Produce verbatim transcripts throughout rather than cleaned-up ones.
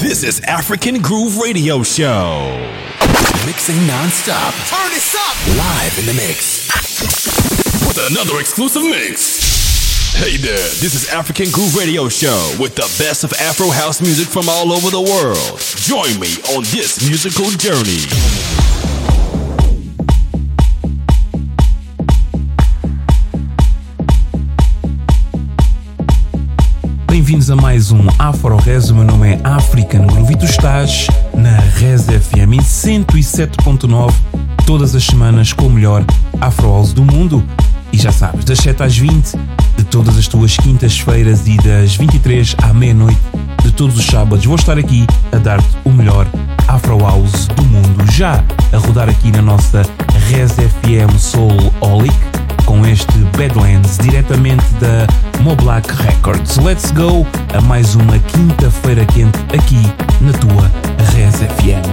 This is African Groove Radio Show. Mixing non-stop. Turn this up. Live in the mix. With another exclusive mix. Hey there, this is African Groove Radio Show with the best of Afro house music from all over the world. Join me on this musical journey. Bem-vindos a mais um Afro Res. O meu nome é African Groove e tu estás na Res F M em cento e sete ponto nove, todas as semanas com o melhor Afro House do mundo. E já sabes, das sete às vinte de todas as tuas quintas-feiras e das vinte e três à meia-noite de todos os sábados vou estar aqui a dar-te o melhor Afro House do mundo, já a rodar aqui na nossa Res F M Soul-Holic com este Badlands diretamente da Moblack Records. Let's go a mais uma quinta-feira quente aqui na tua Res F M.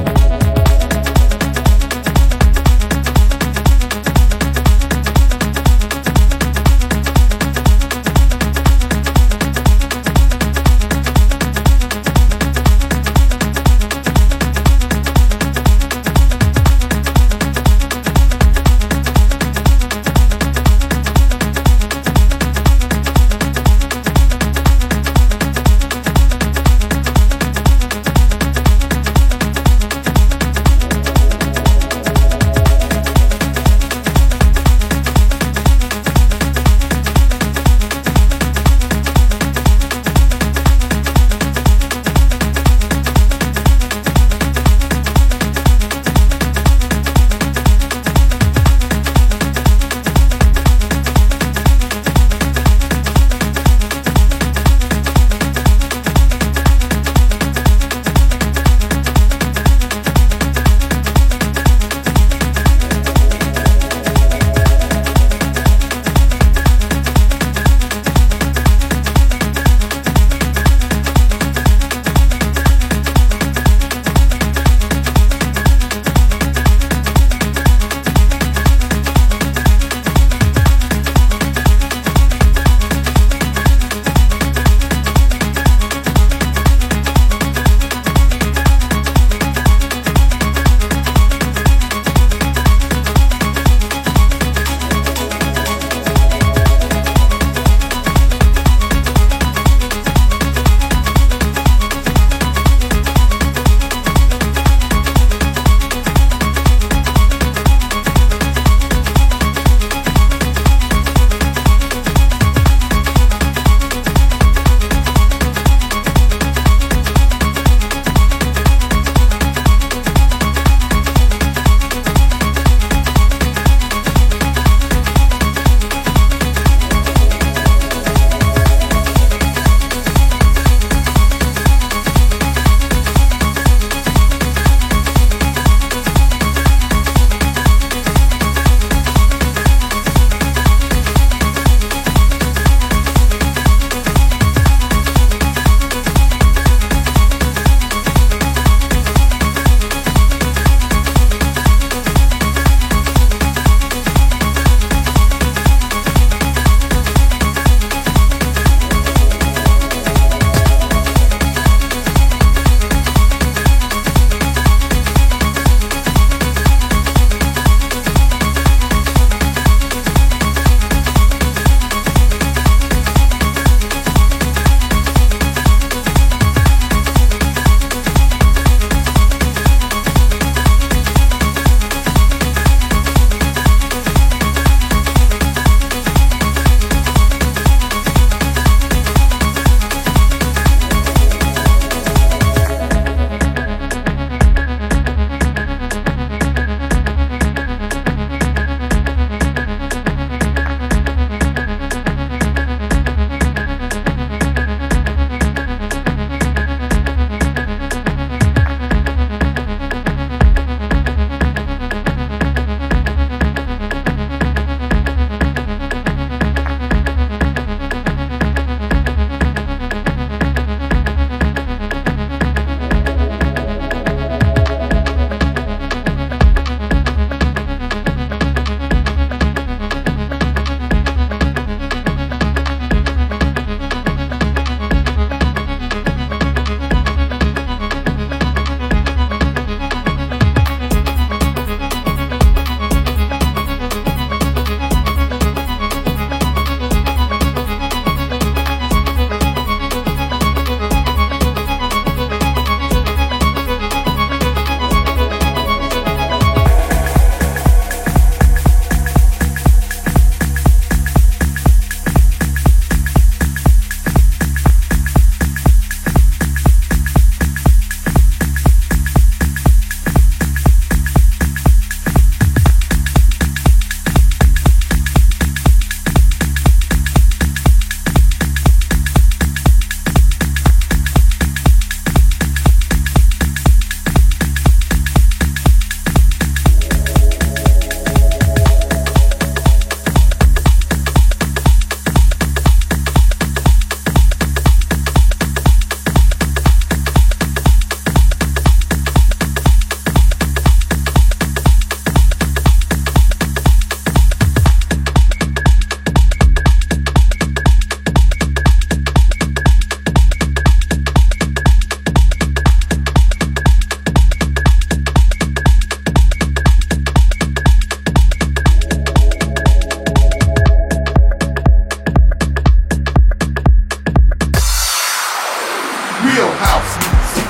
real house music.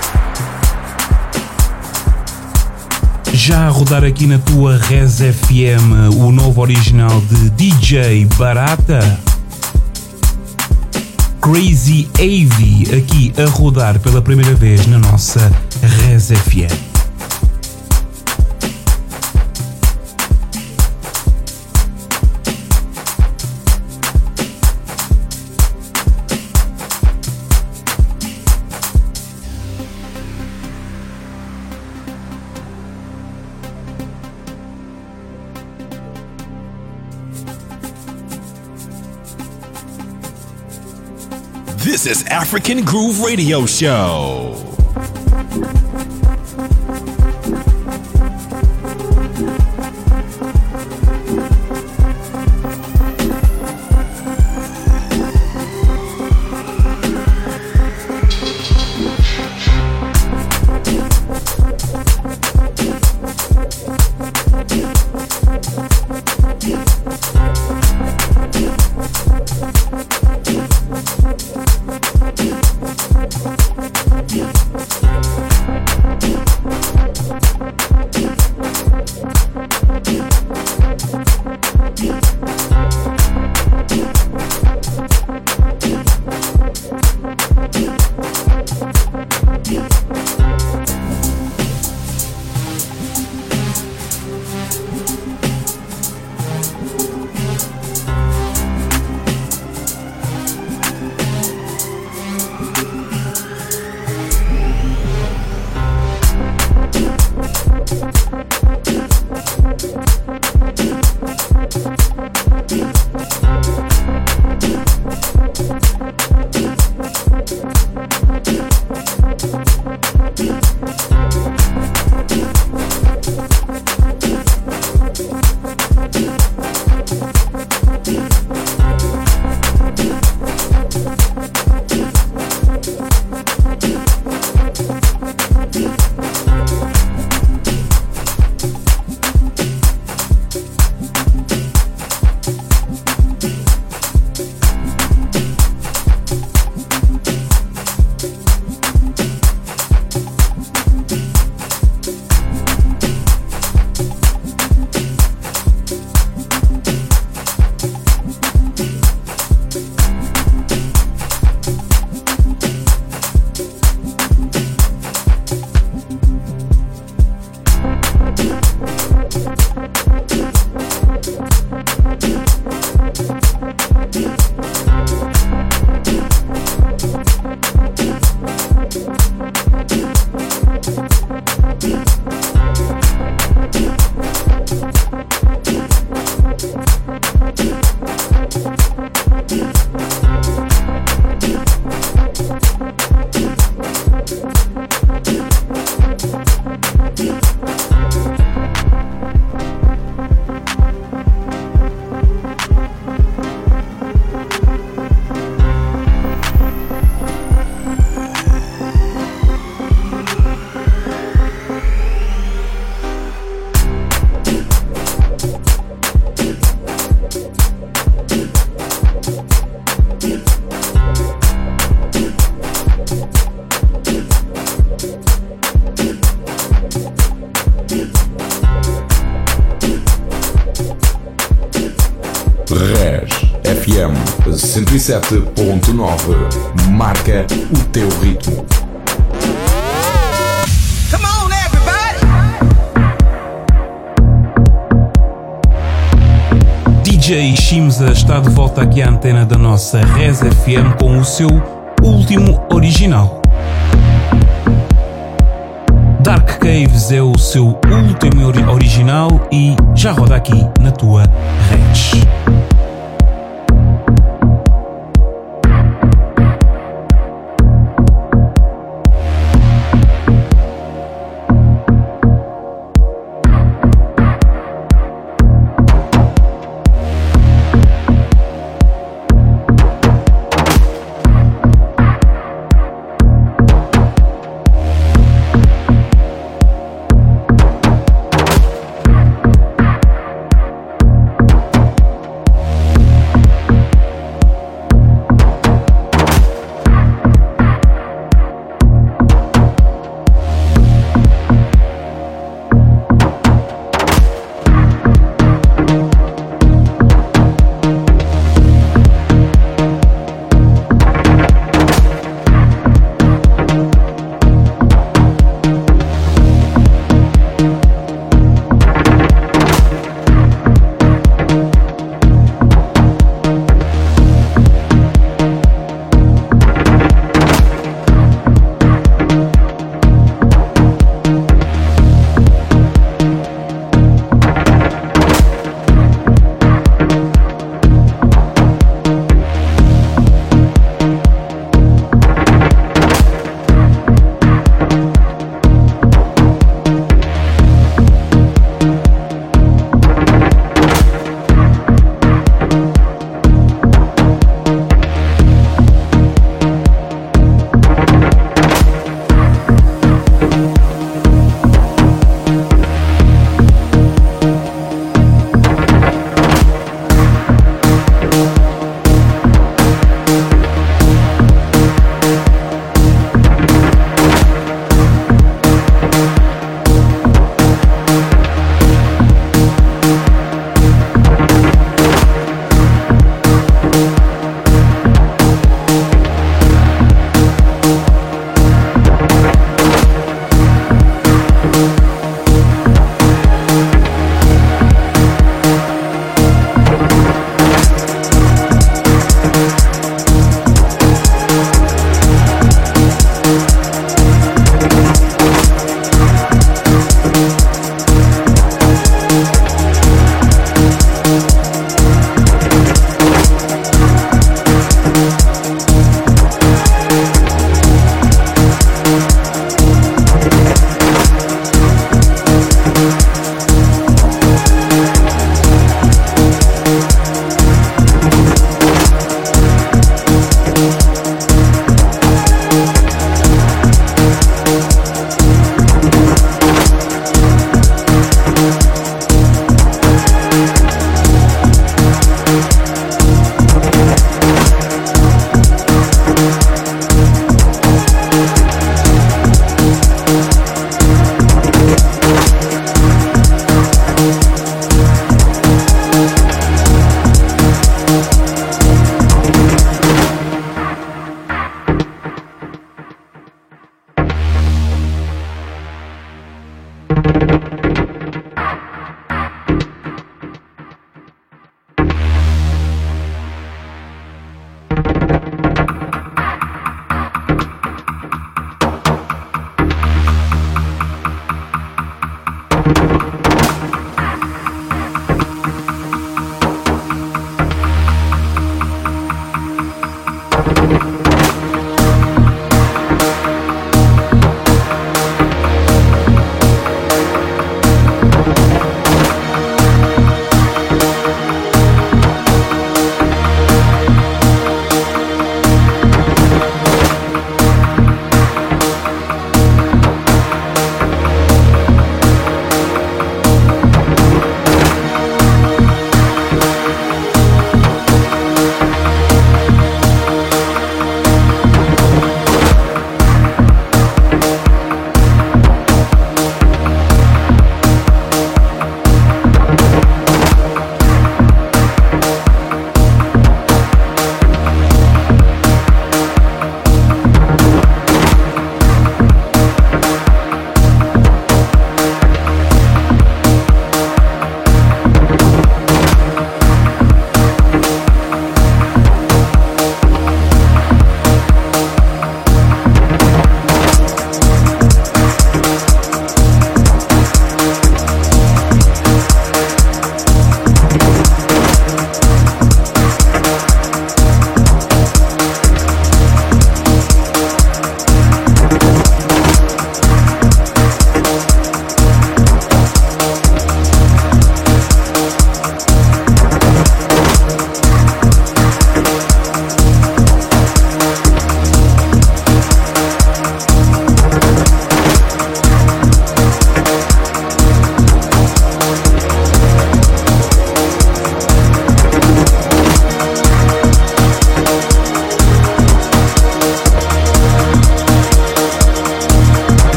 Já a rodar aqui na tua Res F M o novo original de D J Barata, Crazy A V, aqui a rodar pela primeira vez na nossa Res F M. This is African Groove Radio Show. cento e sete ponto nove marca o teu ritmo. Come on, everybody! D J Shimza está de volta aqui à antena da nossa Res F M com o seu último original. Dark Caves é o seu último original e já roda aqui na tua Res.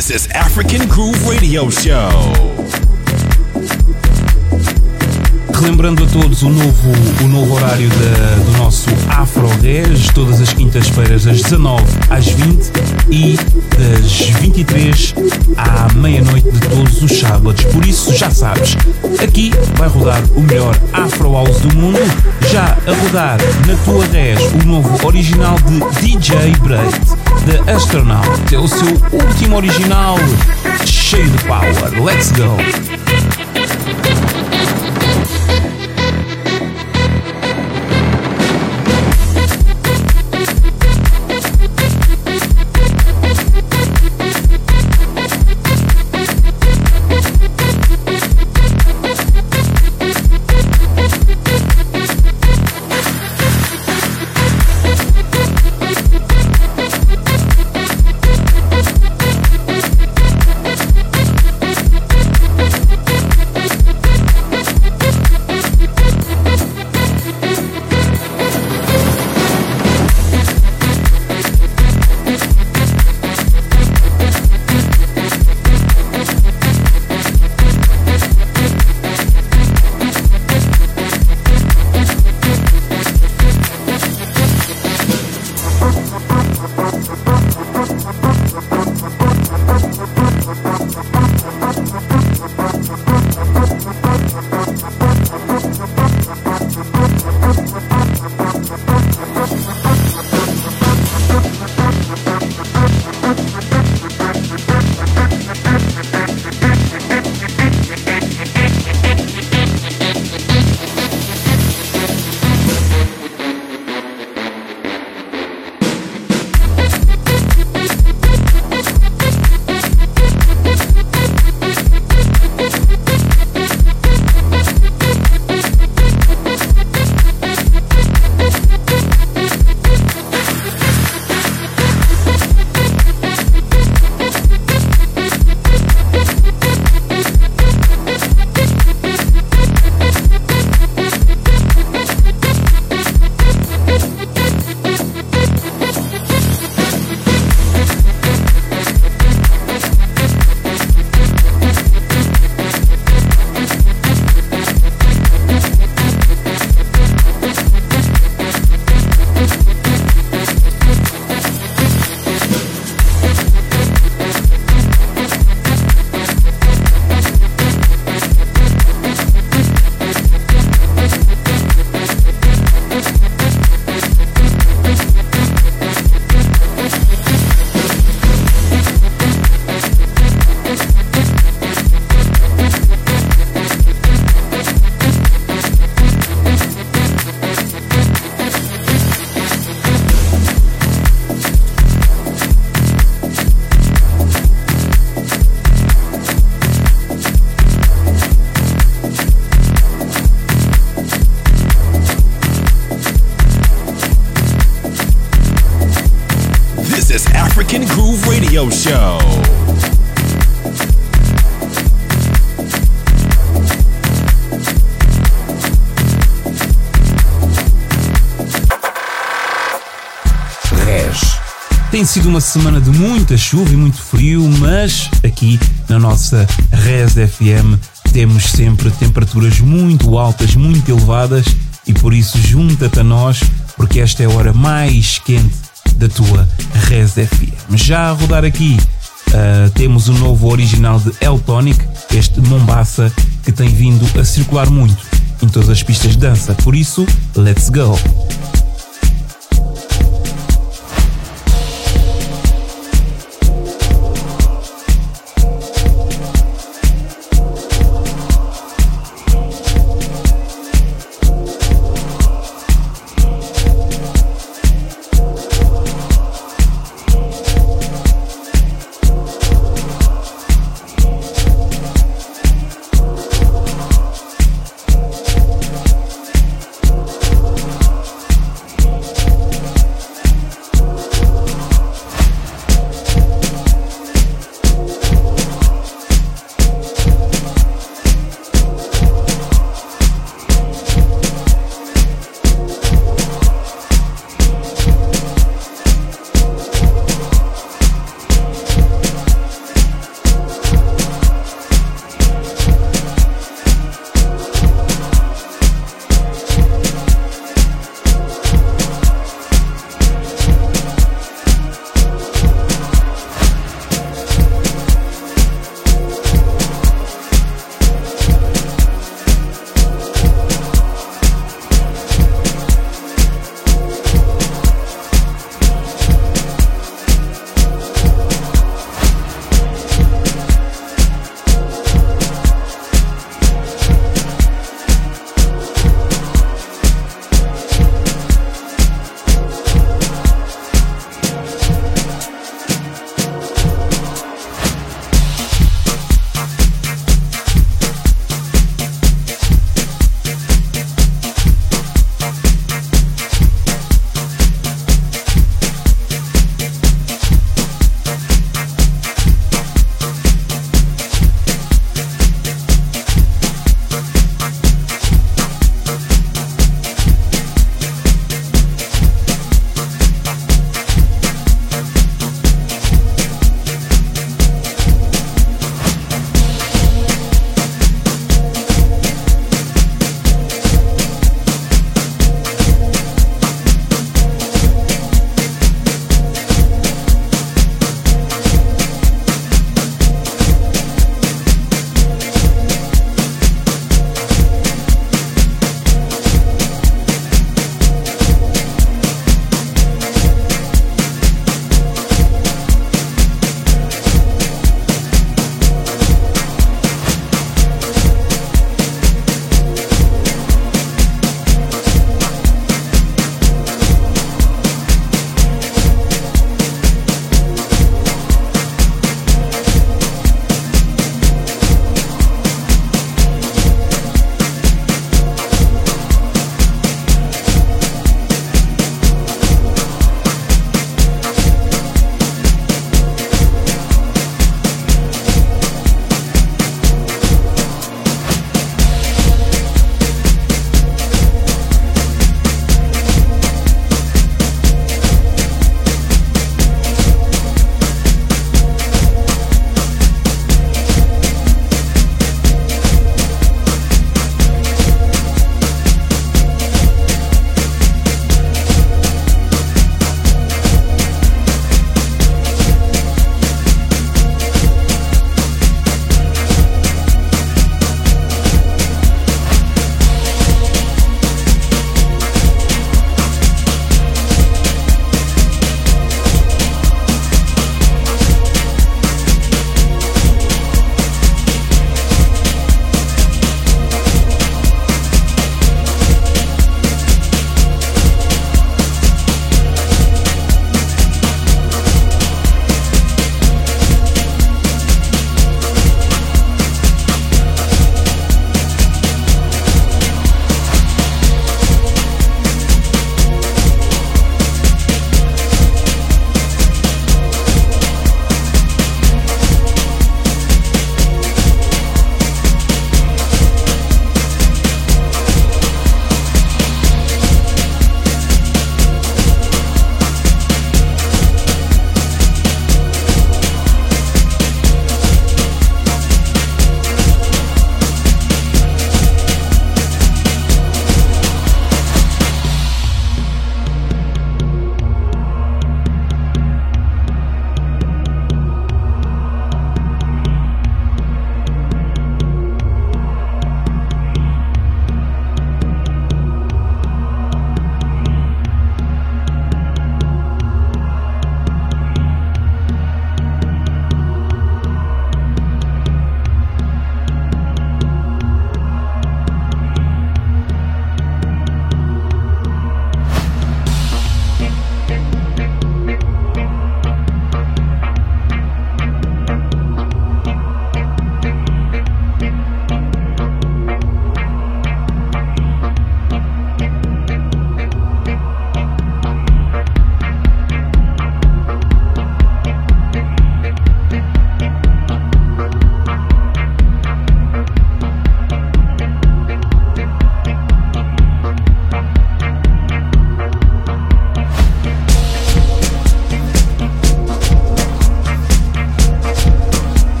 This is African Groove Radio Show. Relembrando a todos o novo, o novo horário da, do nosso Afro Res, todas as quintas-feiras das dezanove às vinte e das vinte e três à meia-noite de todos os sábados. Por isso, já sabes, aqui vai rodar o melhor Afro House do mundo, já a rodar na tua Res o novo original de D J Braid, The Astronaut. É o seu último original, cheio de power. Let's go! African Groove Radio Show. Res. Tem sido uma semana de muita chuva e muito frio, mas aqui na nossa Res F M temos sempre temperaturas muito altas, muito elevadas, e por isso junta-te a nós, porque esta é a hora mais quente da tua Res F M. Já a rodar aqui uh, temos o novo original de L-Tonic, este Mombasa, que tem vindo a circular muito em todas as pistas de dança. Por isso, let's go!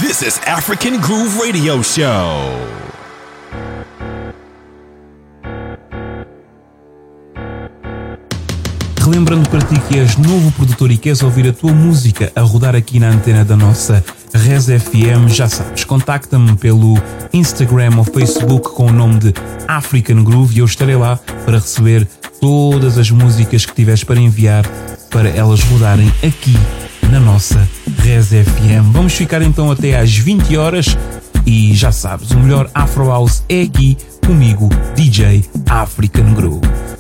This is African Groove Radio Show. Relembrando para ti que és novo produtor e queres ouvir a tua música a rodar aqui na antena da nossa Res F M, já sabes, contacta-me pelo Instagram ou Facebook com o nome de African Groove e eu estarei lá para receber todas as músicas que tiveres para enviar para elas rodarem aqui na nossa Res F M. Vamos ficar então até às vinte horas e já sabes, o melhor Afro House é aqui comigo, D J African Groove.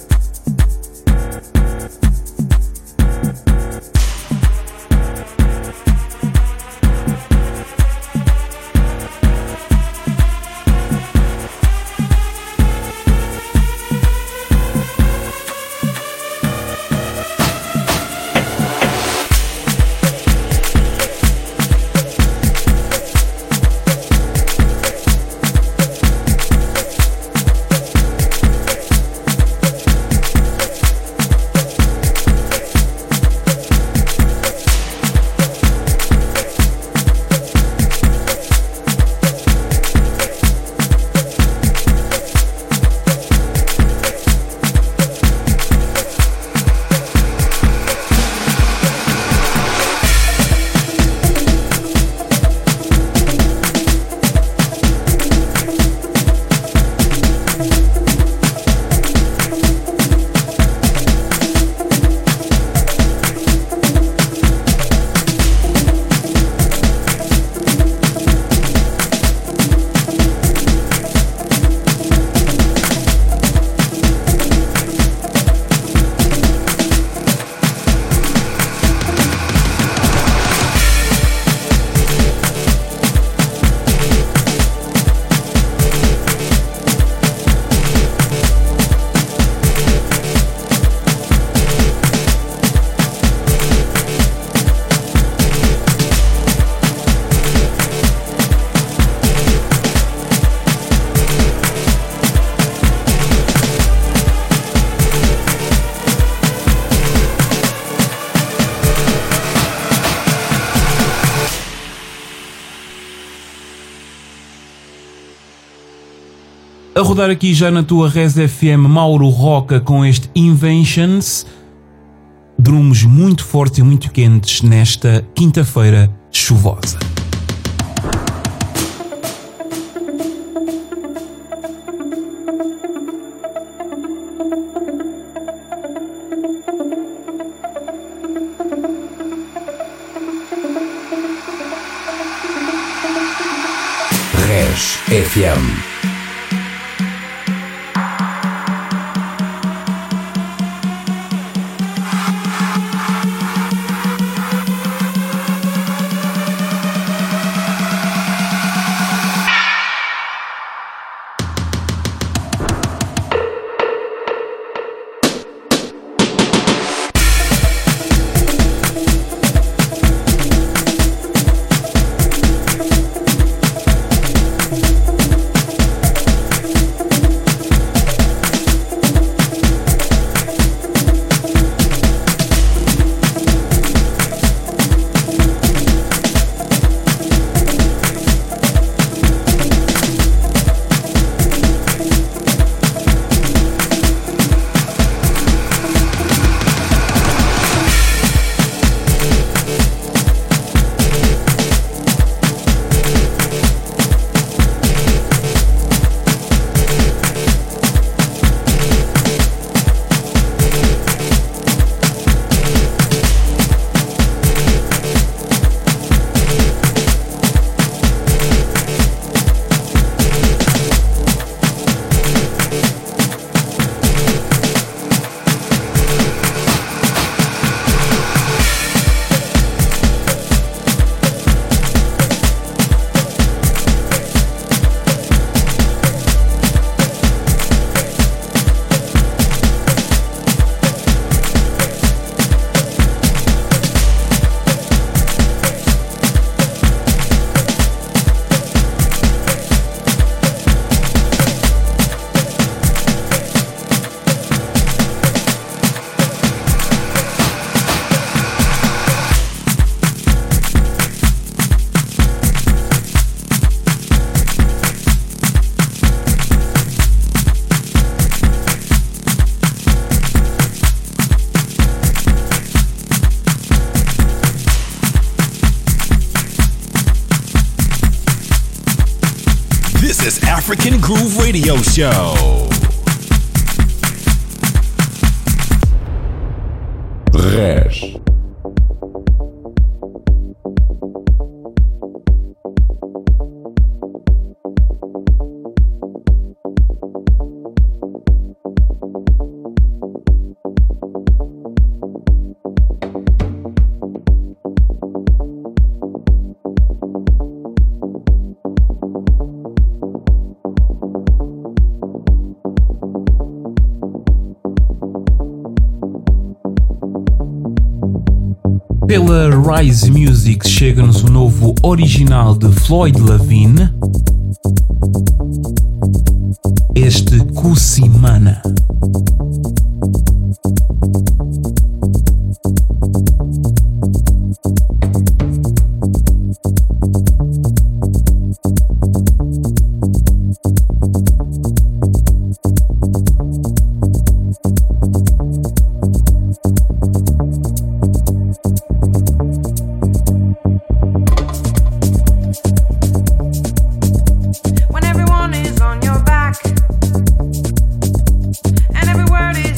A rodar aqui já na tua Res F M, Mauro Roca com este Inventions. Drums muito fortes e muito quentes nesta quinta-feira chuvosa. Res F M. This is African Groove Radio Show. Res. Pela Rise Music chega-nos o novo original de Floyd Lavigne, este Kusimana. When everyone is on your back and every word is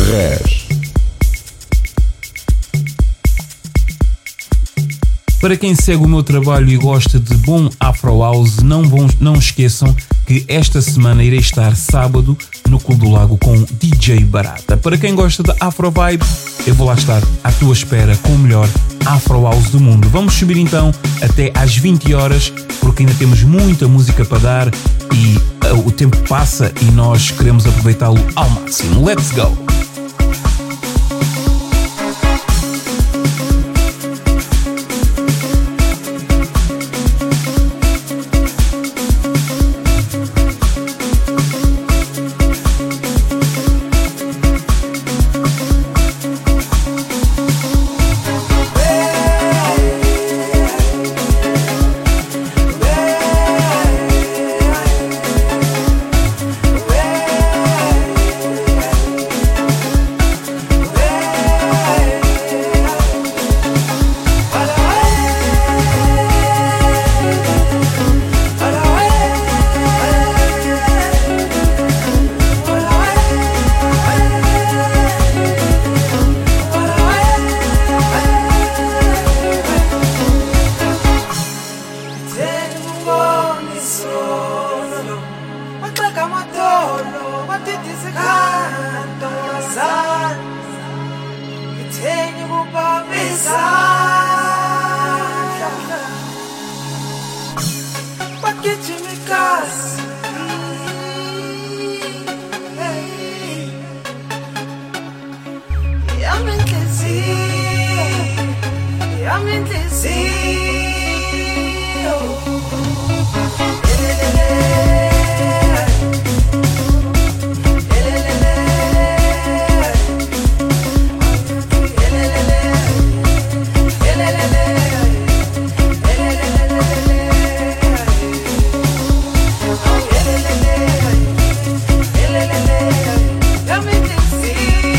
Res. Para quem segue o meu trabalho e gosta de bom Afro House, não, vão, não esqueçam que esta semana irei estar sábado no Clube do Lago com D J Barata. Para quem gosta de Afro Vibe, eu vou lá estar à tua espera com o melhor Afro House do mundo. Vamos subir então até às vinte horas, porque ainda temos muita música para dar e uh, o tempo passa e nós queremos aproveitá-lo ao máximo. Let's go!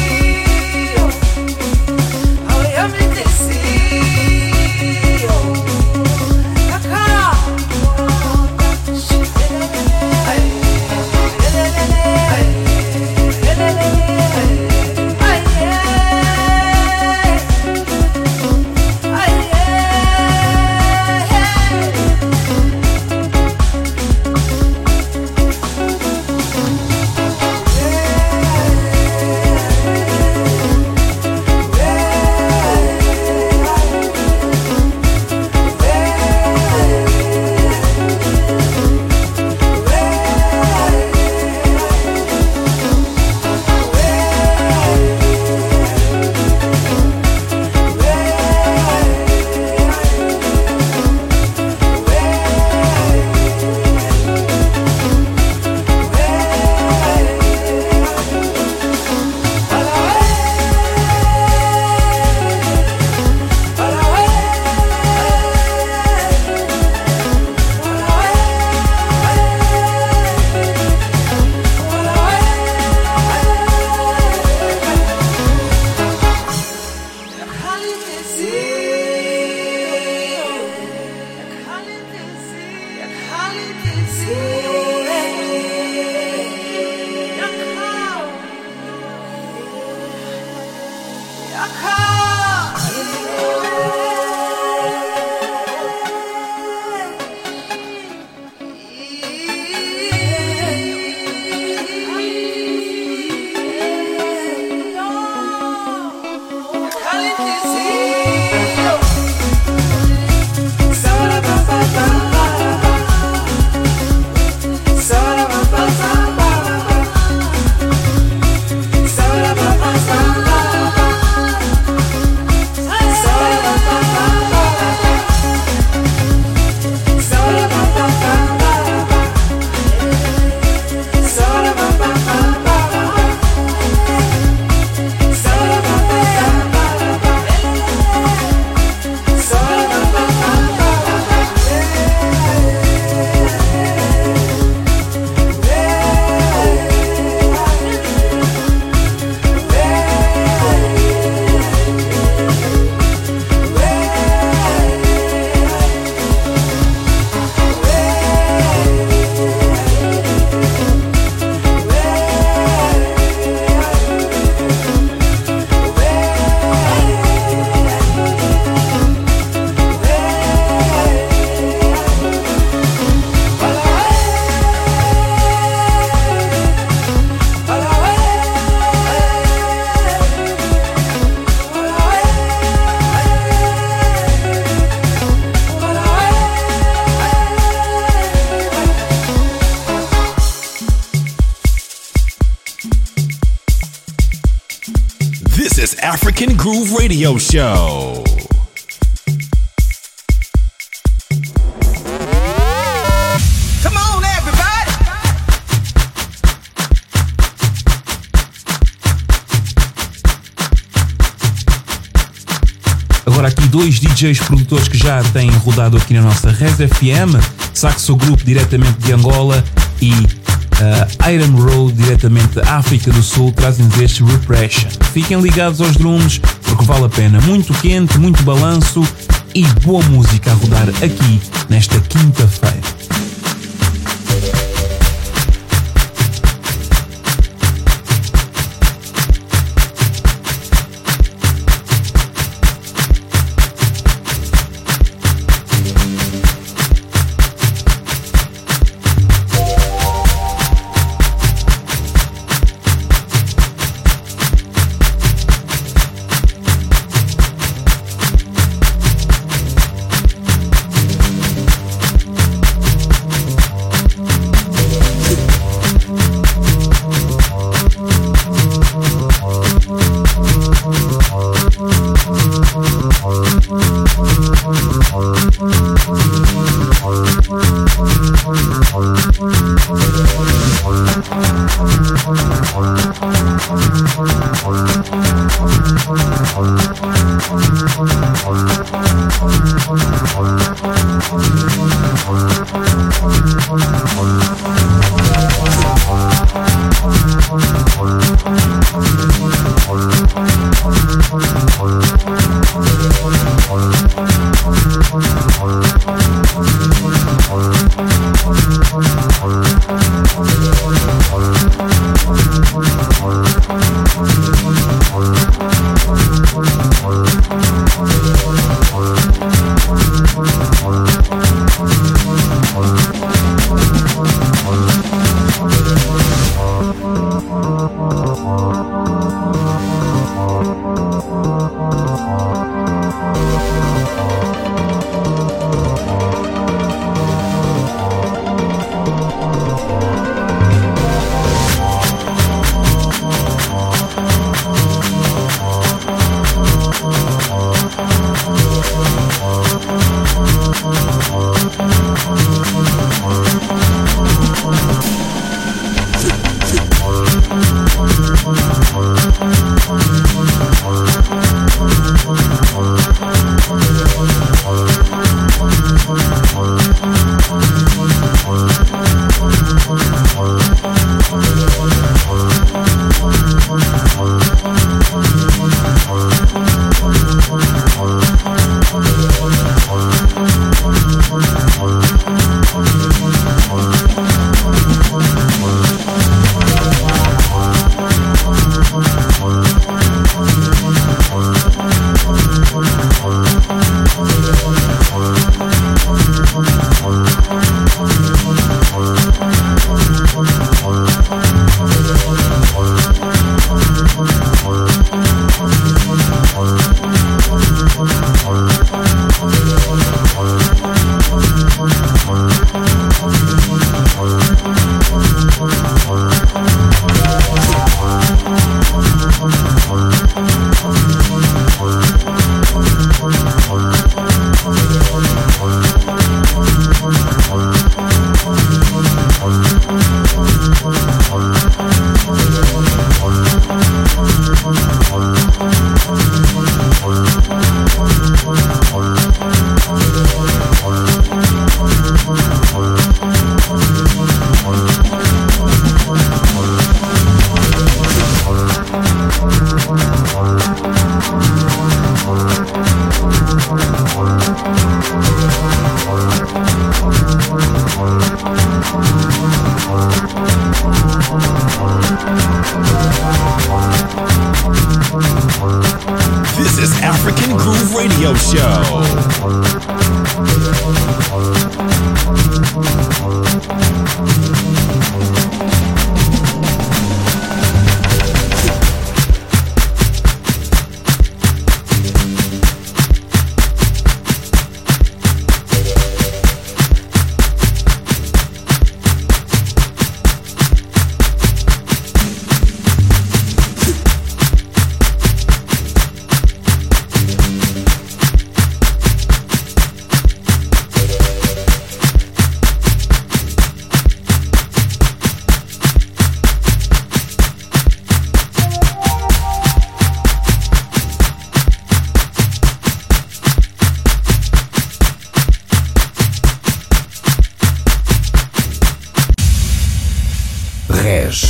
Oh, This is African Groove Radio Show. Come on, everybody. Agora aqui dois D Js produtores que já têm rodado aqui na nossa Res F M, Saxo Group diretamente de Angola e uh, Iron Road diretamente da África do Sul trazem-nos este Repression. Fiquem ligados aos drums porque vale a pena. Muito quente, muito balanço e boa música a rodar aqui nesta quinta-feira.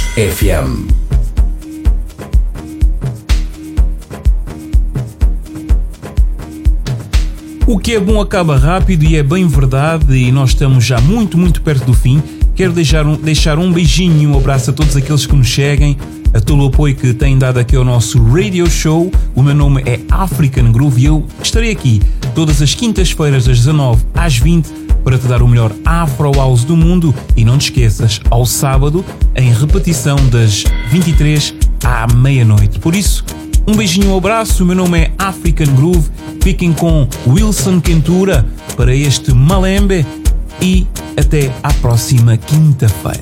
F M. O que é bom acaba rápido e é bem verdade, e nós estamos já muito, muito perto do fim. Quero deixar um, deixar um beijinho e um abraço a todos aqueles que nos seguem, a todo o apoio que têm dado aqui ao nosso radio show. O meu nome é African Groove e eu estarei aqui todas as quintas-feiras das dezanove às vinte para te dar o melhor Afro House do mundo. E não te esqueças, ao sábado, em repetição das vinte e três à meia-noite. Por isso, um beijinho e um abraço. O meu nome é African Groove. Fiquem com Wilson Kentura para este Malembe e até à próxima quinta-feira.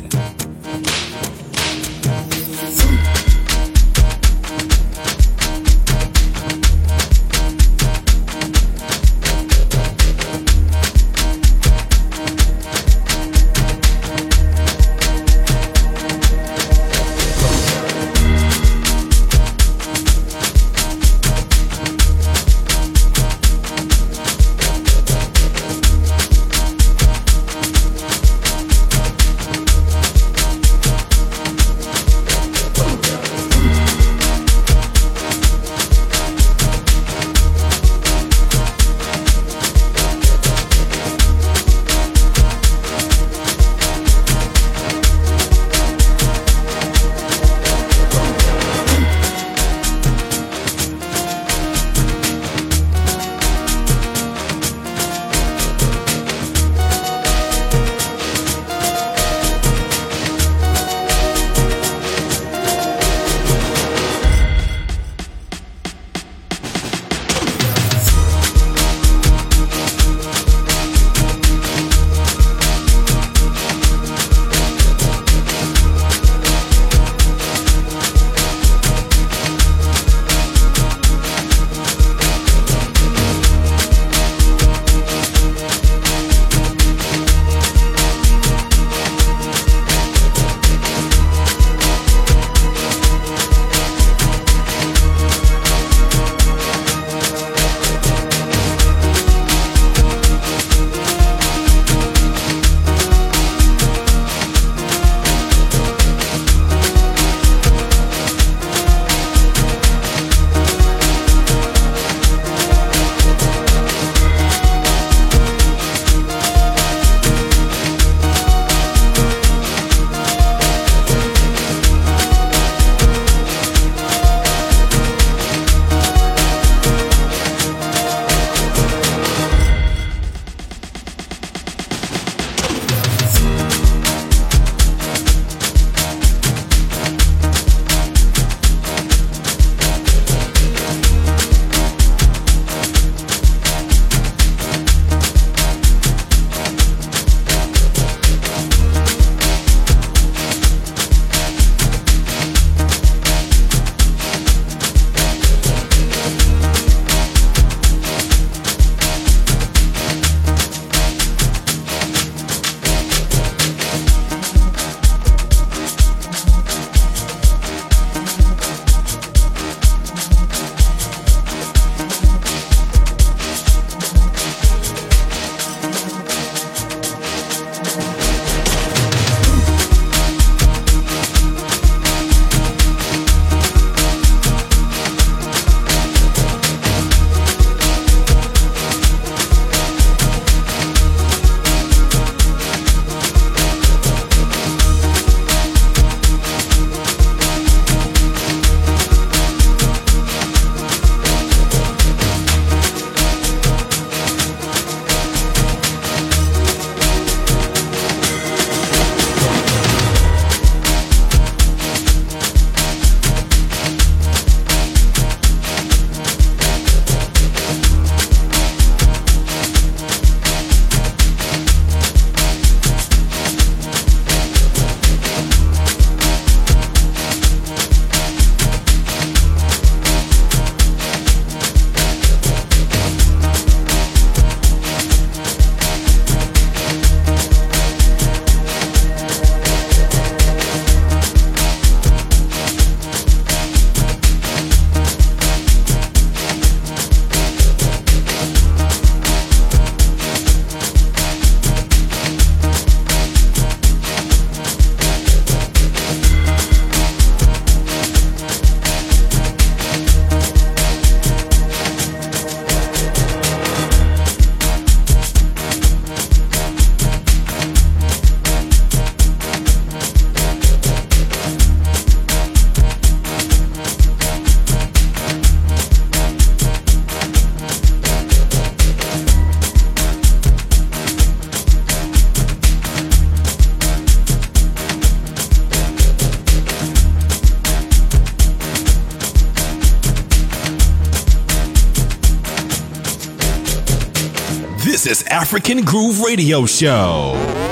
is African Groove Radio Show.